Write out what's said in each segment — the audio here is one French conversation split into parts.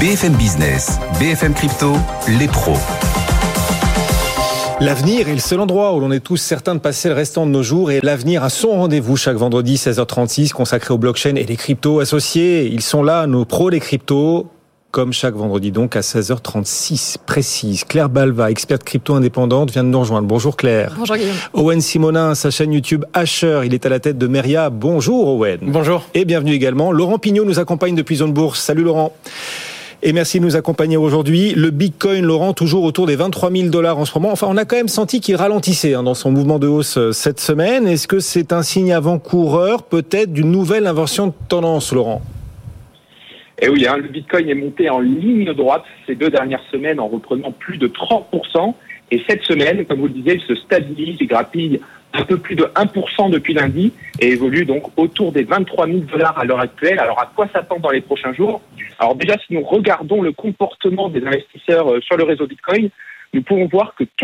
BFM Business, BFM Crypto, les pros. L'avenir est le seul endroit où l'on est tous certains de passer le restant de nos jours, et l'avenir a son rendez-vous chaque vendredi 16h36 consacré aux blockchains et les cryptos associés. Ils sont là, nos pros des cryptos, comme chaque vendredi donc à 16h36 précise. Claire Balva, experte crypto indépendante, vient de nous rejoindre. Bonjour Claire. Bonjour Guillaume. Owen Simonin, sa chaîne YouTube Hasher, il est à la tête de Meria. Bonjour Owen. Bonjour. Et bienvenue également. Laurent Pignot nous accompagne depuis Zone Bourse. Salut Laurent. Et merci de nous accompagner aujourd'hui. Le Bitcoin, Laurent, toujours autour des 23 000 $ en ce moment. Enfin, on a quand même senti qu'il ralentissait dans son mouvement de hausse cette semaine. Est-ce que c'est un signe avant-coureur, peut-être, d'une nouvelle inversion de tendance, Laurent ? Eh oui, le Bitcoin est monté en ligne droite ces 2 dernières semaines en reprenant plus de 30%. Et cette semaine, comme vous le disiez, il se stabilise et grappille un peu plus de 1% depuis lundi et évolue donc autour des 23 000 $ à l'heure actuelle. Alors, à quoi s'attendre dans les prochains jours ? Alors déjà, si nous regardons le comportement des investisseurs sur le réseau Bitcoin, nous pouvons voir que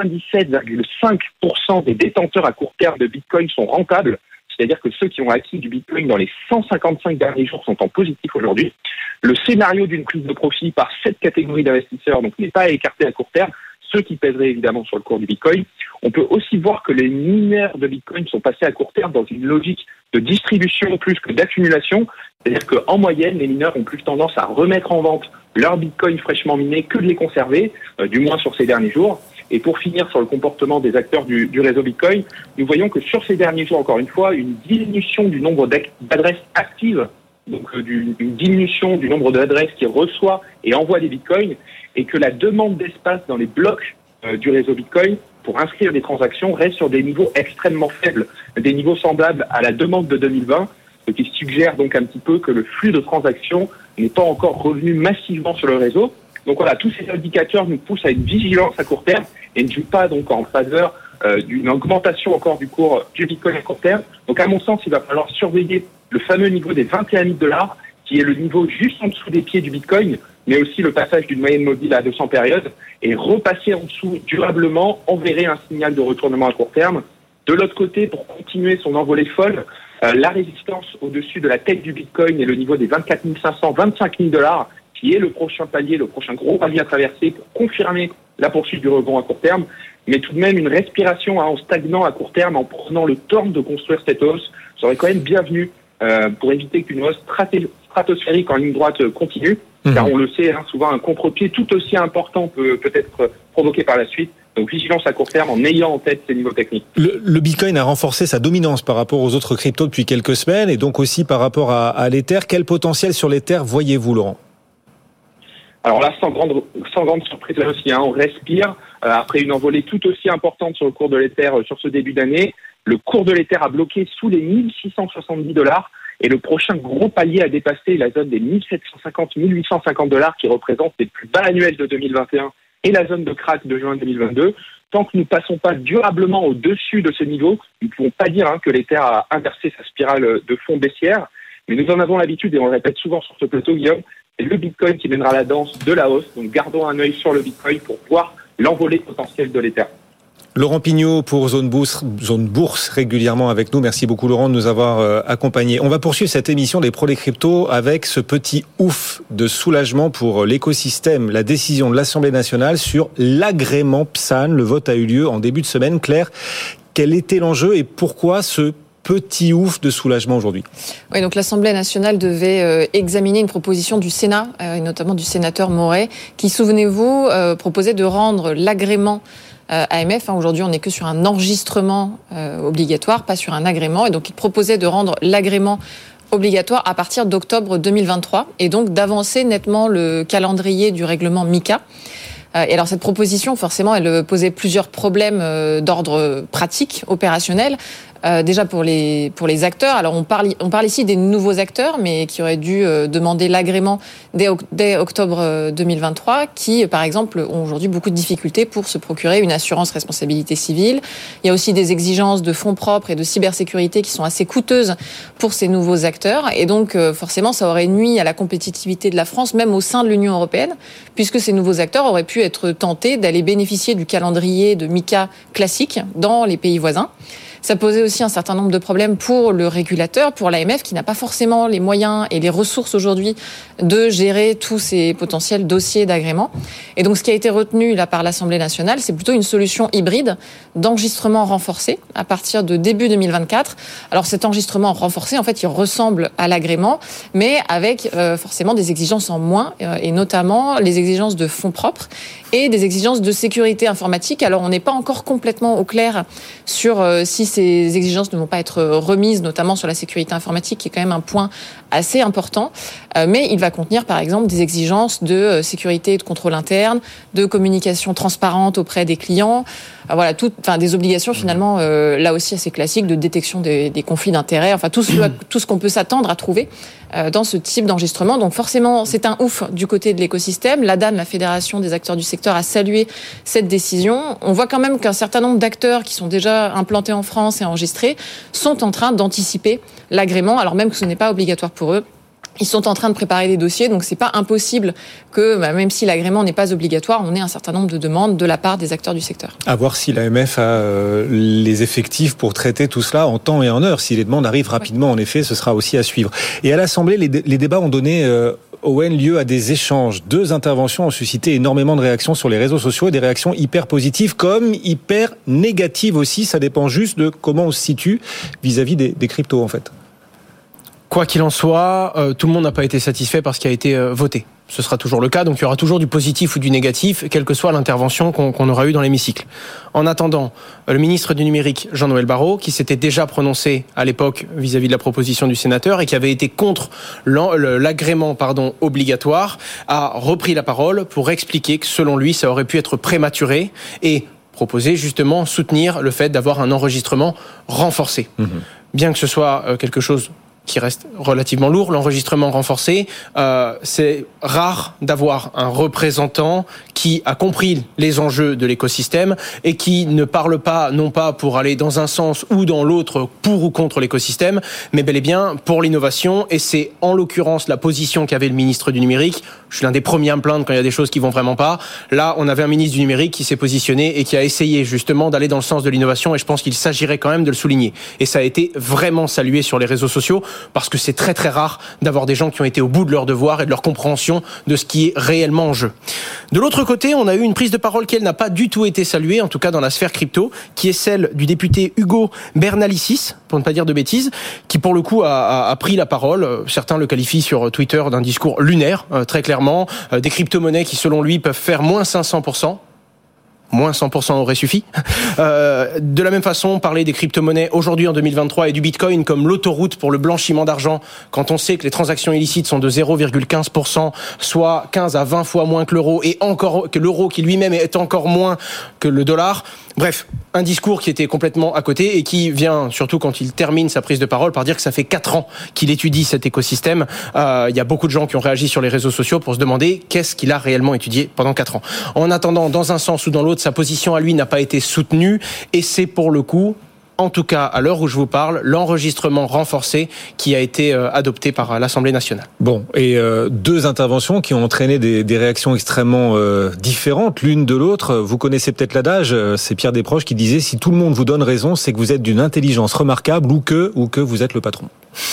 97,5% des détenteurs à court terme de Bitcoin sont rentables. C'est-à-dire que ceux qui ont acquis du Bitcoin dans les 155 derniers jours sont en positif aujourd'hui. Le scénario d'une prise de profit par cette catégorie d'investisseurs donc n'est pas à écarter à court terme, ceux qui pèseraient évidemment sur le cours du Bitcoin. On peut aussi voir que les mineurs de Bitcoin sont passés à court terme dans une logique de distribution plus que d'accumulation. C'est-à-dire qu'en moyenne, les mineurs ont plus tendance à remettre en vente leur Bitcoin fraîchement miné que de les conserver, du moins sur ces derniers jours. Et pour finir sur le comportement des acteurs du réseau Bitcoin, nous voyons que sur ces derniers jours, encore une fois, une diminution du nombre d'adresses actives, donc une diminution du nombre d'adresses qui reçoit et envoie des Bitcoins, et que la demande d'espace dans les blocs du réseau Bitcoin pour inscrire des transactions reste sur des niveaux extrêmement faibles, des niveaux semblables à la demande de 2020, ce qui suggère donc un petit peu que le flux de transactions n'est pas encore revenu massivement sur le réseau. Donc voilà, tous ces indicateurs nous poussent à une vigilance à court terme et ne jouent pas donc en faveur d'une augmentation encore du cours du Bitcoin à court terme. Donc à mon sens, il va falloir surveiller le fameux niveau des 21 000 $, qui est le niveau juste en dessous des pieds du Bitcoin, mais aussi le passage d'une moyenne mobile à 200 périodes, et repasser en dessous durablement enverrait un signal de retournement à court terme. De l'autre côté, pour continuer son envolée folle, la résistance au-dessus de la tête du Bitcoin est le niveau des 24 500, 25 000 $, qui est le prochain palier, le prochain gros palier à traverser pour confirmer la poursuite du rebond à court terme. Mais tout de même, une respiration en stagnant à court terme, en prenant le temps de construire cette hausse, serait quand même bienvenue pour éviter qu'une hausse stratosphérique en ligne droite continue. Car on le sait, souvent un contre-pied tout aussi important peut être provoqué par la suite. Donc vigilance à court terme en ayant en tête ces niveaux techniques. Le Bitcoin a renforcé sa dominance par rapport aux autres cryptos depuis quelques semaines, et donc aussi par rapport à l'Ether. Quel potentiel sur l'Ether voyez-vous, Laurent ? Alors là, sans grande surprise là aussi, on respire. Après une envolée tout aussi importante sur le cours de l'Ether sur ce début d'année, le cours de l'Ether a bloqué sous les 1670 $, et le prochain gros palier a dépassé la zone des 1750, 1850 $, qui représente les plus bas annuels de 2021 et la zone de crack de juin 2022. Tant que nous ne passons pas durablement au-dessus de ce niveau, nous ne pouvons pas dire que l'Ether a inversé sa spirale de fond baissière. Mais nous en avons l'habitude, et on le répète souvent sur ce plateau, Guillaume, c'est le Bitcoin qui mènera la danse de la hausse. Donc gardons un œil sur le Bitcoin pour voir l'envolée potentielle de l'Ether. Laurent Pignot pour Zone Bourse régulièrement avec nous. Merci beaucoup Laurent de nous avoir accompagnés. On va poursuivre cette émission des pros des cryptos avec ce petit ouf de soulagement pour l'écosystème. La décision de l'Assemblée nationale sur l'agrément PSAN. Le vote a eu lieu en début de semaine. Claire, quel était l'enjeu et pourquoi ce petit ouf de soulagement aujourd'hui? Oui, donc l'Assemblée nationale devait examiner une proposition du Sénat, et notamment du sénateur Moret, qui, souvenez-vous, proposait de rendre l'agrément AMF. Aujourd'hui, on n'est que sur un enregistrement obligatoire, pas sur un agrément. Et donc, il proposait de rendre l'agrément obligatoire à partir d'octobre 2023 et donc d'avancer nettement le calendrier du règlement MiCA. Et alors cette proposition, forcément, elle posait plusieurs problèmes d'ordre pratique, opérationnel. Déjà pour les acteurs, alors on parle ici des nouveaux acteurs, mais qui auraient dû demander l'agrément dès octobre 2023, qui par exemple ont aujourd'hui beaucoup de difficultés pour se procurer une assurance responsabilité civile. Il y a aussi des exigences de fonds propres et de cybersécurité qui sont assez coûteuses pour ces nouveaux acteurs, et donc forcément ça aurait nui à la compétitivité de la France, même au sein de l'Union européenne, puisque ces nouveaux acteurs auraient pu être tentés d'aller bénéficier du calendrier de MiCA classique dans les pays voisins. Ça posait aussi un certain nombre de problèmes pour le régulateur, pour l'AMF, qui n'a pas forcément les moyens et les ressources aujourd'hui de gérer tous ces potentiels dossiers d'agrément. Et donc, ce qui a été retenu là par l'Assemblée nationale, c'est plutôt une solution hybride d'enregistrement renforcé à partir de début 2024. Alors, cet enregistrement renforcé, en fait, il ressemble à l'agrément, mais avec forcément des exigences en moins, et notamment les exigences de fonds propres et des exigences de sécurité informatique. Alors, on n'est pas encore complètement au clair sur si ces exigences ne vont pas être remises, notamment sur la sécurité informatique, qui est quand même un point assez important. Mais il va contenir, par exemple, des exigences de sécurité et de contrôle interne, de communication transparente auprès des clients. Voilà, des obligations finalement, là aussi assez classiques, de détection des conflits d'intérêts. Enfin, tout ce qu'on peut s'attendre à trouver dans ce type d'enregistrement. Donc forcément, c'est un ouf du côté de l'écosystème. L'ADAN, la Fédération des acteurs du secteur, a salué cette décision. On voit quand même qu'un certain nombre d'acteurs qui sont déjà implantés en France et enregistrés sont en train d'anticiper l'agrément, alors même que ce n'est pas obligatoire pour eux. Ils sont en train de préparer des dossiers, donc c'est pas impossible que, même si l'agrément n'est pas obligatoire, on ait un certain nombre de demandes de la part des acteurs du secteur. À voir si l'AMF a les effectifs pour traiter tout cela en temps et en heure. Si les demandes arrivent rapidement, en effet, ce sera aussi à suivre. Et à l'Assemblée, les débats ont donné Owen, lieu à des échanges. 2 interventions ont suscité énormément de réactions sur les réseaux sociaux, et des réactions hyper positives comme hyper négatives aussi. Ça dépend juste de comment on se situe vis-à-vis des cryptos, en fait. Quoi qu'il en soit, tout le monde n'a pas été satisfait par ce qui a été voté. Ce sera toujours le cas, donc il y aura toujours du positif ou du négatif, quelle que soit l'intervention qu'on aura eue dans l'hémicycle. En attendant, le ministre du Numérique, Jean-Noël Barrot, qui s'était déjà prononcé à l'époque vis-à-vis de la proposition du sénateur et qui avait été contre l'agrément obligatoire, a repris la parole pour expliquer que selon lui, ça aurait pu être prématuré et proposer justement soutenir le fait d'avoir un enregistrement renforcé. Bien que ce soit quelque chose qui reste relativement lourd, l'enregistrement renforcé, c'est rare d'avoir un représentant qui a compris les enjeux de l'écosystème et qui ne parle pas, non pas pour aller dans un sens ou dans l'autre, pour ou contre l'écosystème, mais bel et bien pour l'innovation. Et c'est en l'occurrence la position qu'avait le ministre du Numérique. Je suis l'un des premiers à me plaindre quand il y a des choses qui vont vraiment pas. Là, on avait un ministre du Numérique qui s'est positionné et qui a essayé justement d'aller dans le sens de l'innovation, et je pense qu'il s'agirait quand même de le souligner. Et ça a été vraiment salué sur les réseaux sociaux, parce que c'est très très rare d'avoir des gens qui ont été au bout de leur devoir et de leur compréhension de ce qui est réellement en jeu. De l'autre côté, on a eu une prise de parole qui, elle, n'a pas du tout été saluée, en tout cas dans la sphère crypto, qui est celle du député Hugo Bernalicis, pour ne pas dire de bêtises, qui pour le coup a pris la parole. Certains le qualifient sur Twitter d'un discours lunaire, très clairement. Des crypto-monnaies qui, selon lui, peuvent faire moins 500%. Moins 100% aurait suffi. De la même façon, parler des crypto-monnaies aujourd'hui en 2023 et du Bitcoin comme l'autoroute pour le blanchiment d'argent, quand on sait que les transactions illicites sont de 0,15%, soit 15 à 20 fois moins que l'euro, et encore que l'euro qui lui-même est encore moins que le dollar. Bref, un discours qui était complètement à côté et qui vient, surtout quand il termine sa prise de parole, par dire que ça fait 4 ans qu'il étudie cet écosystème. Il y a beaucoup de gens qui ont réagi sur les réseaux sociaux pour se demander qu'est-ce qu'il a réellement étudié pendant 4 ans. En attendant, dans un sens ou dans l'autre, sa position à lui n'a pas été soutenue, et c'est pour le coup, en tout cas à l'heure où je vous parle, l'enregistrement renforcé qui a été adopté par l'Assemblée nationale. Bon, et 2 interventions qui ont entraîné des réactions extrêmement différentes l'une de l'autre. Vous connaissez peut-être l'adage, c'est Pierre Desproges qui disait « Si tout le monde vous donne raison, c'est que vous êtes d'une intelligence remarquable ou que vous êtes le patron ».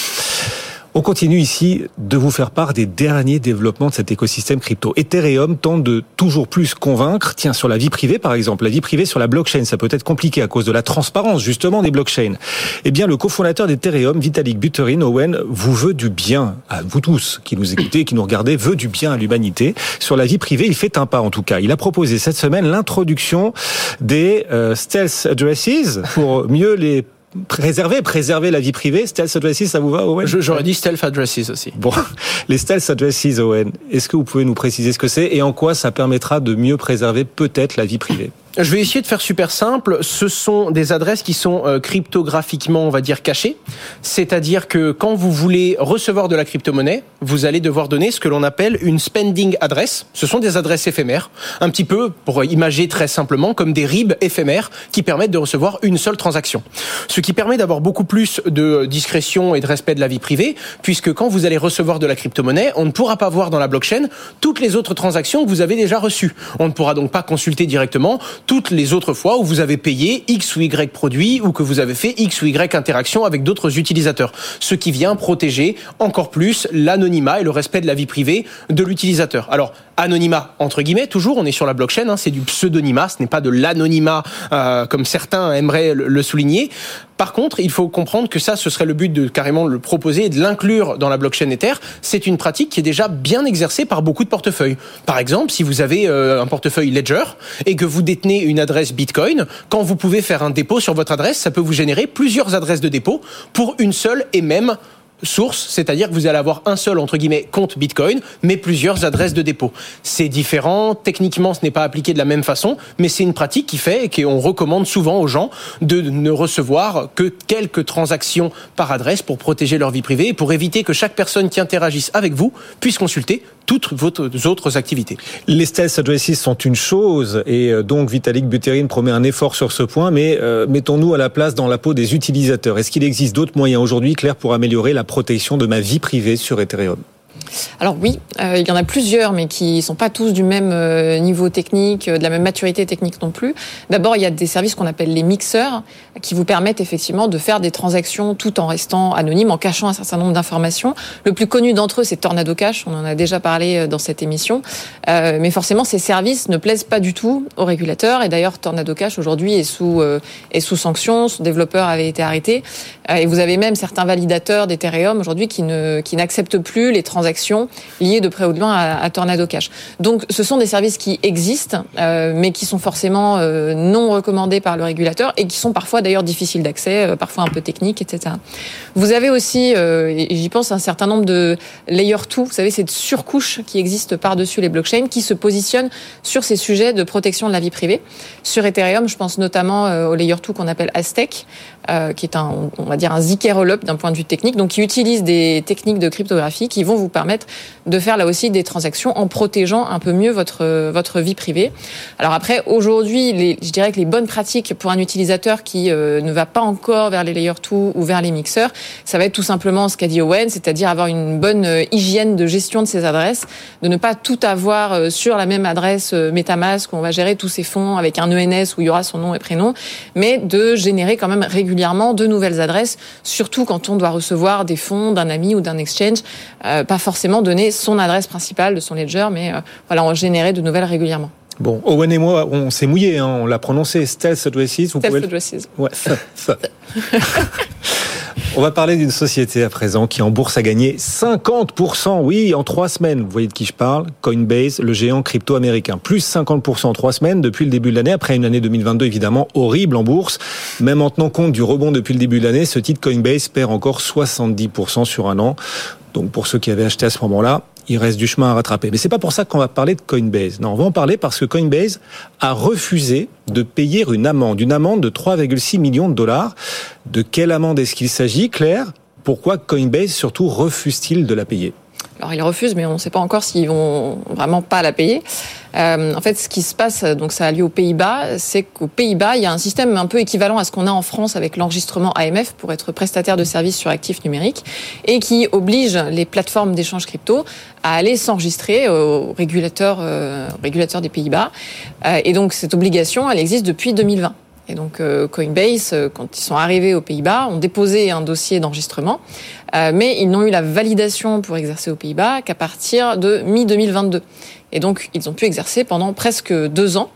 On continue ici de vous faire part des derniers développements de cet écosystème crypto. Ethereum tente de toujours plus convaincre. Tiens, sur la vie privée, par exemple, la vie privée sur la blockchain, ça peut être compliqué à cause de la transparence, justement, des blockchains. Eh bien, le cofondateur d'Ethereum, Vitalik Buterin, Owen, vous veut du bien. À vous tous qui nous écoutez, qui nous regardez, veut du bien à l'humanité. Sur la vie privée, il fait un pas, en tout cas. Il a proposé cette semaine l'introduction des stealth addresses pour mieux les préserver la vie privée. Stealth addresses, ça vous va, Owen? J'aurais dit stealth addresses aussi. Bon, les stealth addresses, Owen, est-ce que vous pouvez nous préciser ce que c'est et en quoi ça permettra de mieux préserver peut-être la vie privée? Je vais essayer de faire super simple. Ce sont des adresses qui sont cryptographiquement, on va dire, cachées. C'est-à-dire que quand vous voulez recevoir de la crypto-monnaie, vous allez devoir donner ce que l'on appelle une spending address. Ce sont des adresses éphémères, un petit peu, pour imager très simplement, comme des RIB éphémères qui permettent de recevoir une seule transaction. Ce qui permet d'avoir beaucoup plus de discrétion et de respect de la vie privée, puisque quand vous allez recevoir de la crypto-monnaie, on ne pourra pas voir dans la blockchain toutes les autres transactions que vous avez déjà reçues. On ne pourra donc pas consulter directement toutes les autres fois où vous avez payé X ou Y produit ou que vous avez fait X ou Y interaction avec d'autres utilisateurs. Ce qui vient protéger encore plus l'anonymat et le respect de la vie privée de l'utilisateur. Alors, anonymat, entre guillemets, toujours, on est sur la blockchain, c'est du pseudonymat, ce n'est pas de l'anonymat comme certains aimeraient le souligner. Par contre, il faut comprendre que ça, ce serait le but de carrément le proposer et de l'inclure dans la blockchain Ether. C'est une pratique qui est déjà bien exercée par beaucoup de portefeuilles. Par exemple, si vous avez un portefeuille Ledger et que vous détenez une adresse Bitcoin, quand vous pouvez faire un dépôt sur votre adresse, ça peut vous générer plusieurs adresses de dépôt pour une seule et même source, c'est-à-dire que vous allez avoir un seul, entre guillemets, compte Bitcoin, mais plusieurs adresses de dépôt. C'est différent, techniquement ce n'est pas appliqué de la même façon, mais c'est une pratique qui fait et qu'on recommande souvent aux gens de ne recevoir que quelques transactions par adresse pour protéger leur vie privée et pour éviter que chaque personne qui interagisse avec vous puisse consulter toutes vos autres activités. Les stealth addresses sont une chose et donc Vitalik Buterin promet un effort sur ce point, mais mettons-nous à la place dans la peau des utilisateurs. Est-ce qu'il existe d'autres moyens aujourd'hui, Claire, pour améliorer la protection de ma vie privée sur Ethereum ? Alors oui, il y en a plusieurs, mais qui sont pas tous du même niveau technique, de la même maturité technique non plus. D'abord, il y a des services qu'on appelle les mixeurs, qui vous permettent effectivement de faire des transactions tout en restant anonyme, en cachant un certain nombre d'informations. Le plus connu d'entre eux, c'est Tornado Cash, on en a déjà parlé dans cette émission. Mais forcément, ces services ne plaisent pas du tout aux régulateurs. Et d'ailleurs, Tornado Cash aujourd'hui est sous sanction, son développeur avait été arrêté. Et vous avez même certains validateurs d'Ethereum aujourd'hui qui n'acceptent plus les transactions liées de près ou de loin à Tornado Cash. Donc, ce sont des services qui existent, mais qui sont forcément non recommandés par le régulateur et qui sont parfois d'ailleurs difficiles d'accès, parfois un peu techniques, etc. Vous avez aussi, et j'y pense, un certain nombre de layer 2, vous savez, cette surcouche qui existe par-dessus les blockchains, qui se positionne sur ces sujets de protection de la vie privée. Sur Ethereum, je pense notamment au layer 2 qu'on appelle Aztec, qui est on va dire un ZK rollup d'un point de vue technique, donc qui utilise des techniques de cryptographie qui vont vous permettre de faire là aussi des transactions en protégeant un peu mieux votre vie privée. Alors après, aujourd'hui, je dirais que les bonnes pratiques pour un utilisateur qui ne va pas encore vers les layer 2 ou vers les mixeurs, ça va être tout simplement ce qu'a dit Owen, c'est-à-dire avoir une bonne hygiène de gestion de ses adresses, de ne pas tout avoir sur la même adresse MetaMask où on va gérer tous ses fonds avec un ENS où il y aura son nom et prénom, mais de générer quand même régulièrement de nouvelles adresses, surtout quand on doit recevoir des fonds d'un ami ou d'un exchange, pas forcément donner son adresse principale de son ledger, mais en générer de nouvelles régulièrement. Bon, Owen et moi, on s'est mouillé, hein, on l'a prononcé, stealth addresses. Stealth addresses. Ouais, ça. On va parler d'une société à présent qui en bourse a gagné 50%, oui, en 3 semaines. Vous voyez de qui je parle ? Coinbase, le géant crypto américain. Plus 50% en 3 semaines depuis le début de l'année, après une année 2022 évidemment horrible en bourse. Même en tenant compte du rebond depuis le début de l'année, ce titre Coinbase perd encore 70% sur un an. Donc pour ceux qui avaient acheté à ce moment-là, il reste du chemin à rattraper. Mais c'est pas pour ça qu'on va parler de Coinbase. Non, on va en parler parce que Coinbase a refusé de payer une amende de 3,6 millions de dollars. De quelle amende est-ce qu'il s'agit, Claire ? Pourquoi Coinbase surtout refuse-t-il de la payer ? Alors ils refusent, mais on ne sait pas encore s'ils vont vraiment pas la payer. En fait, ce qui se passe, donc ça a lieu aux Pays-Bas, c'est qu'aux Pays-Bas, il y a un système un peu équivalent à ce qu'on a en France avec l'enregistrement AMF pour être prestataire de services sur actifs numériques et qui oblige les plateformes d'échange crypto à aller s'enregistrer aux régulateurs des Pays-Bas. Et donc cette obligation, elle existe depuis 2020. Et donc Coinbase, quand ils sont arrivés aux Pays-Bas, ont déposé un dossier d'enregistrement, mais ils n'ont eu la validation pour exercer aux Pays-Bas qu'à partir de mi-2022. Et donc ils ont pu exercer pendant presque 2 ans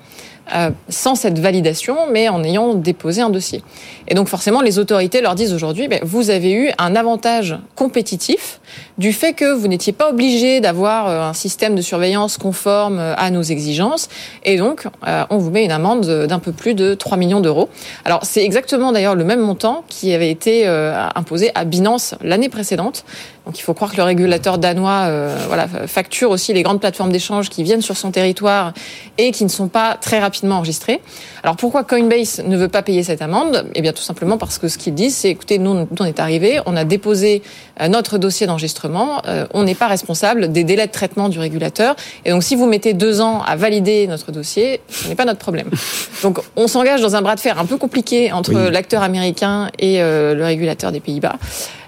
sans cette validation, mais en ayant déposé un dossier. Et donc forcément, les autorités leur disent aujourd'hui, vous avez eu un avantage compétitif du fait que vous n'étiez pas obligé d'avoir un système de surveillance conforme à nos exigences, et donc on vous met une amende d'un peu plus de 3 millions d'euros. Alors c'est exactement d'ailleurs le même montant qui avait été imposé à Binance l'année précédente. Donc il faut croire que le régulateur danois facture aussi les grandes plateformes d'échange qui viennent sur son territoire et qui ne sont pas très rapidement enregistrées. Alors pourquoi Coinbase ne veut pas payer cette amende ? Eh bien tout simplement parce que ce qu'ils disent, c'est écoutez, nous on est arrivés, on a déposé notre dossier d'enregistrement, on n'est pas responsable des délais de traitement du régulateur, et donc si vous mettez 2 ans à valider notre dossier, ce n'est pas notre problème. Donc on s'engage dans un bras de fer un peu compliqué entre l'acteur américain et le régulateur des Pays-Bas.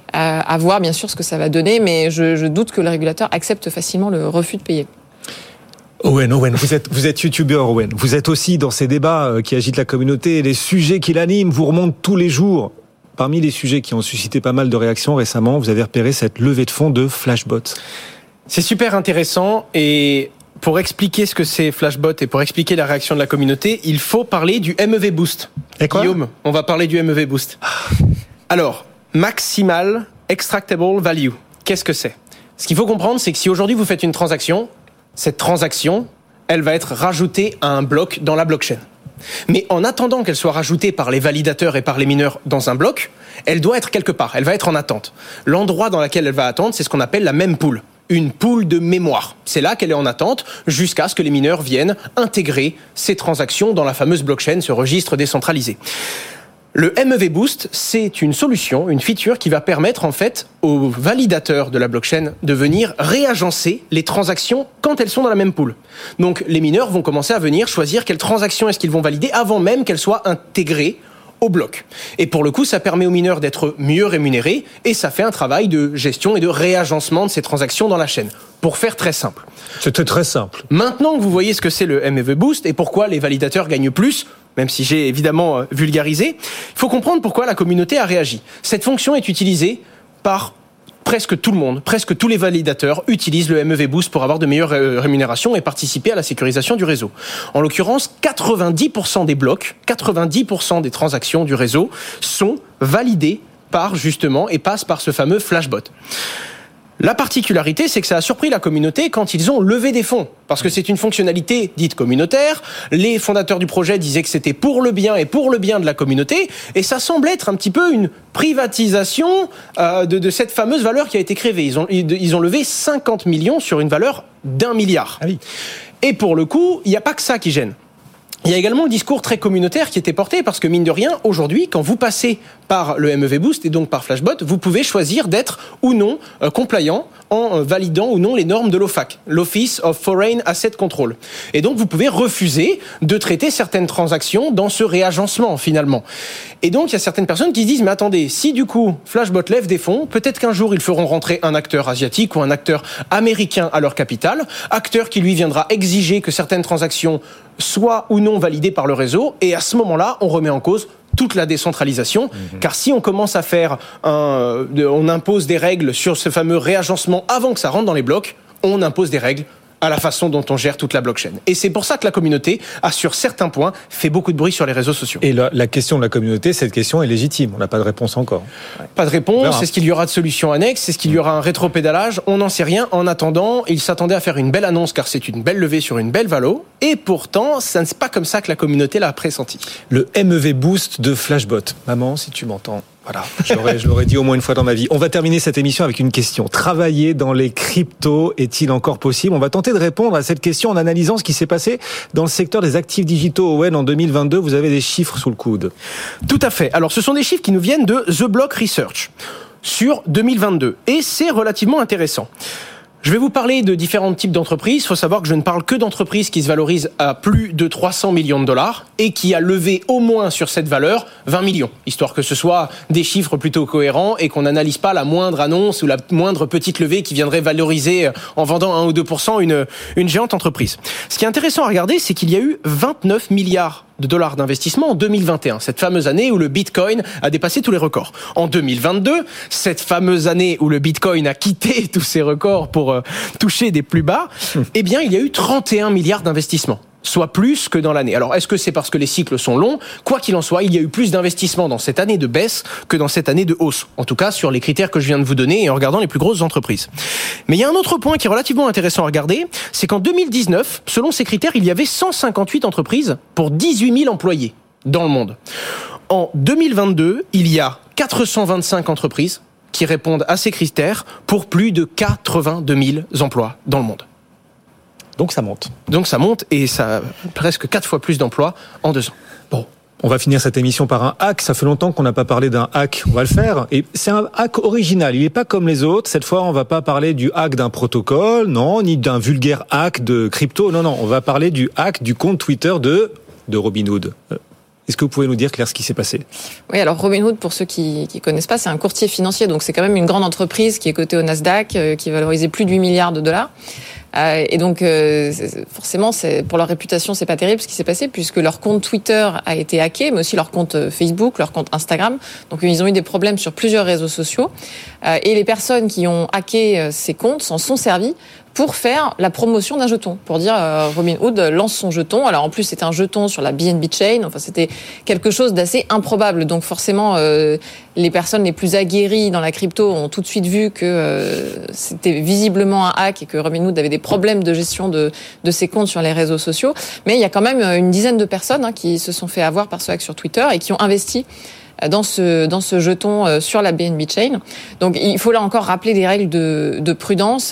À voir bien sûr ce que ça va donner, mais je doute que le régulateur accepte facilement le refus de payer. Owen, vous êtes youtubeur, Owen. Vous êtes aussi dans ces débats qui agitent la communauté, les sujets qui l'animent vous remontent tous les jours. Parmi les sujets qui ont suscité pas mal de réactions récemment, vous avez repéré cette levée de fonds de Flashbot. C'est super intéressant et pour expliquer ce que c'est Flashbot et pour expliquer la réaction de la communauté, il faut parler du MEV Boost. Et quoi ? Guillaume, on va parler du MEV Boost. Alors, Maximal Extractable Value, qu'est-ce que c'est ? Ce qu'il faut comprendre, c'est que si aujourd'hui vous faites une transaction, cette transaction, elle va être rajoutée à un bloc dans la blockchain. Mais en attendant qu'elle soit rajoutée par les validateurs et par les mineurs dans un bloc, elle doit être quelque part, elle va être en attente. L'endroit dans lequel elle va attendre, c'est ce qu'on appelle la mempool, une pool de mémoire. C'est là qu'elle est en attente jusqu'à ce que les mineurs viennent intégrer ces transactions dans la fameuse blockchain, ce registre décentralisé. Le MEV Boost, c'est une solution, une feature qui va permettre en fait aux validateurs de la blockchain de venir réagencer les transactions quand elles sont dans la même pool. Donc les mineurs vont commencer à venir choisir quelle transaction est-ce qu'ils vont valider avant même qu'elle soit intégrée au bloc. Et pour le coup, ça permet aux mineurs d'être mieux rémunérés et ça fait un travail de gestion et de réagencement de ces transactions dans la chaîne. Pour faire très simple. C'était très simple. Maintenant que vous voyez ce que c'est le MEV Boost et pourquoi les validateurs gagnent plus, même si j'ai évidemment vulgarisé, il faut comprendre pourquoi la communauté a réagi. Cette fonction est utilisée par presque tout le monde, presque tous les validateurs utilisent le MEV Boost pour avoir de meilleures rémunérations et participer à la sécurisation du réseau. En l'occurrence, 90% des blocs, 90% des transactions du réseau sont validées par justement et passent par ce fameux Flashbot. La particularité, c'est que ça a surpris la communauté quand ils ont levé des fonds. Parce que c'est une fonctionnalité dite communautaire. Les fondateurs du projet disaient que c'était pour le bien et pour le bien de la communauté. Et ça semble être un petit peu une privatisation de cette fameuse valeur qui a été créée. Ils ont levé 50 millions sur une valeur d'1 milliard. Ah oui. Et pour le coup, il n'y a pas que ça qui gêne. Il y a également le discours très communautaire qui était porté parce que mine de rien, aujourd'hui, quand vous passez par le MEV Boost et donc par Flashbot, vous pouvez choisir d'être ou non compliant en validant ou non les normes de l'OFAC, l'Office of Foreign Asset Control. Et donc vous pouvez refuser de traiter certaines transactions dans ce réagencement finalement. Et donc il y a certaines personnes qui se disent mais attendez, si du coup Flashbot lève des fonds, peut-être qu'un jour ils feront rentrer un acteur asiatique ou un acteur américain à leur capital, acteur qui lui viendra exiger que certaines transactions soient ou non validées par le réseau, et à ce moment-là, on remet en cause toute la décentralisation, car si on commence à faire on impose des règles sur ce fameux réagencement avant que ça rentre dans les blocs, on impose des règles à la façon dont on gère toute la blockchain. Et c'est pour ça que la communauté a, sur certains points, fait beaucoup de bruit sur les réseaux sociaux. Et la question de la communauté, cette question est légitime. On n'a pas de réponse encore. Pas de réponse. Est-ce qu'il y aura de solutions annexes ? Est-ce qu'il y aura un rétropédalage ? On n'en sait rien. En attendant, ils s'attendaient à faire une belle annonce, car c'est une belle levée sur une belle valo. Et pourtant, ça n'est pas comme ça que la communauté l'a pressenti. Le MEV Boost de Flashbot. Maman, si tu m'entends. Voilà, je l'aurais dit au moins une fois dans ma vie. On va terminer cette émission avec une question. Travailler dans les cryptos est-il encore possible ? On va tenter de répondre à cette question en analysant ce qui s'est passé dans le secteur des actifs digitaux. Owen, en 2022, vous avez des chiffres sous le coude. Tout à fait. Alors, ce sont des chiffres qui nous viennent de The Block Research sur 2022. Et c'est relativement intéressant. Je vais vous parler de différents types d'entreprises. Il faut savoir que je ne parle que d'entreprises qui se valorisent à plus de 300 millions de dollars et qui a levé au moins sur cette valeur 20 millions, histoire que ce soit des chiffres plutôt cohérents et qu'on n'analyse pas la moindre annonce ou la moindre petite levée qui viendrait valoriser en vendant 1 ou 2% une géante entreprise. Ce qui est intéressant à regarder, c'est qu'il y a eu 29 milliards de dollars d'investissement en 2021, cette fameuse année où le Bitcoin a dépassé tous les records. En 2022, cette fameuse année où le Bitcoin a quitté tous ses records pour toucher des plus bas, eh bien, il y a eu 31 milliards d'investissements, soit plus que dans l'année. Alors, est-ce que c'est parce que les cycles sont longs ? Quoi qu'il en soit, il y a eu plus d'investissements dans cette année de baisse que dans cette année de hausse. En tout cas, sur les critères que je viens de vous donner et en regardant les plus grosses entreprises. Mais il y a un autre point qui est relativement intéressant à regarder, c'est qu'en 2019, selon ces critères, il y avait 158 entreprises pour 18 000 employés dans le monde. En 2022, il y a 425 entreprises qui répondent à ces critères pour plus de 82 000 emplois dans le monde. Donc ça monte. Donc ça monte et ça a presque 4 fois plus d'emplois en 2 ans. Bon, on va finir cette émission par un hack. Ça fait longtemps qu'on n'a pas parlé d'un hack. On va le faire. Et c'est un hack original. Il n'est pas comme les autres. Cette fois, on va pas parler du hack d'un protocole, non, ni d'un vulgaire hack de crypto. Non. On va parler du hack du compte Twitter de Robinhood. Est-ce que vous pouvez nous dire, Claire, ce qui s'est passé ? Oui, alors Robinhood, pour ceux qui connaissent pas, c'est un courtier financier. Donc c'est quand même une grande entreprise qui est cotée au Nasdaq, qui est valorisée plus de 8 milliards de dollars. Et donc, forcément, pour leur réputation, c'est pas terrible ce qui s'est passé, puisque leur compte Twitter a été hacké, mais aussi leur compte Facebook, leur compte Instagram. Donc, ils ont eu des problèmes sur plusieurs réseaux sociaux. Et les personnes qui ont hacké ces comptes s'en sont servies pour faire la promotion d'un jeton, pour dire Robinhood lance son jeton. Alors en plus c'était un jeton sur la BNB Chain, enfin c'était quelque chose d'assez improbable. Donc forcément les personnes les plus aguerries dans la crypto ont tout de suite vu que c'était visiblement un hack et que Robinhood avait des problèmes de gestion de ses comptes sur les réseaux sociaux. Mais il y a quand même une dizaine de personnes qui se sont fait avoir par ce hack sur Twitter et qui ont investi dans ce jeton sur la BNB Chain. Donc il faut là encore rappeler des règles de prudence.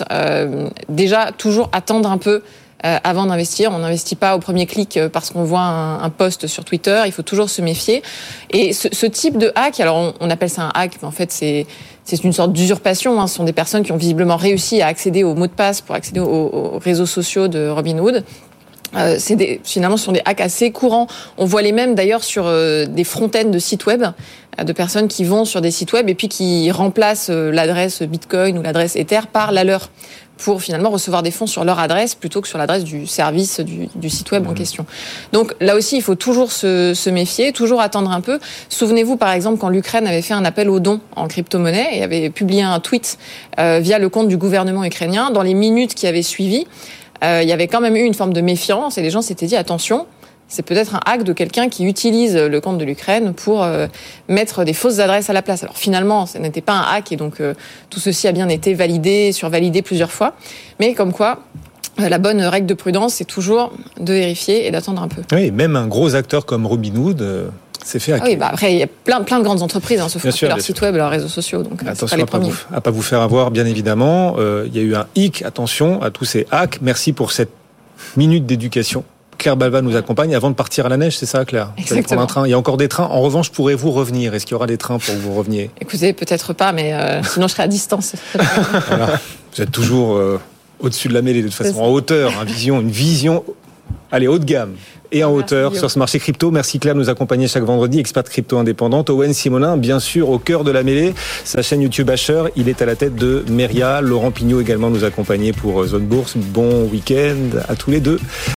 Déjà, toujours attendre un peu avant d'investir. On n'investit pas au premier clic parce qu'on voit un post sur Twitter. Il faut toujours se méfier. Et ce type de hack, alors on appelle ça un hack, mais en fait c'est une sorte d'usurpation. Ce sont des personnes qui ont visiblement réussi à accéder aux mots de passe pour accéder aux réseaux sociaux de Robinhood. Finalement, ce sont des hacks assez courants. On voit les mêmes d'ailleurs sur des front-ends de sites web, de personnes qui vont sur des sites web et puis qui remplacent l'adresse Bitcoin ou l'adresse Ether par la leur pour finalement recevoir des fonds sur leur adresse plutôt que sur l'adresse du service du site web en question. Donc là aussi, il faut toujours se méfier, toujours attendre un peu. Souvenez-vous par exemple quand l'Ukraine avait fait un appel aux dons en crypto-monnaie et avait publié un tweet via le compte du gouvernement ukrainien. Dans les minutes qui avaient suivi, il y avait quand même eu une forme de méfiance et les gens s'étaient dit attention, c'est peut-être un hack de quelqu'un qui utilise le compte de l'Ukraine pour mettre des fausses adresses à la place. Alors finalement, ce n'était pas un hack et donc tout ceci a bien été validé, survalidé plusieurs fois. Mais comme quoi, la bonne règle de prudence, c'est toujours de vérifier et d'attendre un peu. Oui, même un gros acteur comme Robinhood s'est fait hacker. Oui, après, il y a plein de grandes entreprises se font leur site web et leurs réseaux sociaux. Donc, attention c'est pas les premiers. à pas vous faire avoir, bien évidemment. Il y a eu un hic, attention à tous ces hacks. Merci pour cette minute d'éducation. Claire Balva nous accompagne avant de partir à la neige, c'est ça, Claire? Exactement. Vous allez prendre un train. Il y a encore des trains. En revanche, pourrez-vous revenir? Est-ce qu'il y aura des trains pour que vous reveniez? Écoutez, peut-être pas, mais sinon je serai à distance. Voilà. Vous êtes toujours au-dessus de la mêlée, de toute façon, en hauteur, une vision, allez, haut de gamme. Et en hauteur sur ce marché crypto. Merci Claire de nous accompagner chaque vendredi, experte crypto indépendante. Owen Simonin, bien sûr, au cœur de la mêlée. Sa chaîne YouTube Asher, il est à la tête de Meria. Laurent Pignot également nous accompagner pour Zone Bourse. Bon week-end à tous les deux.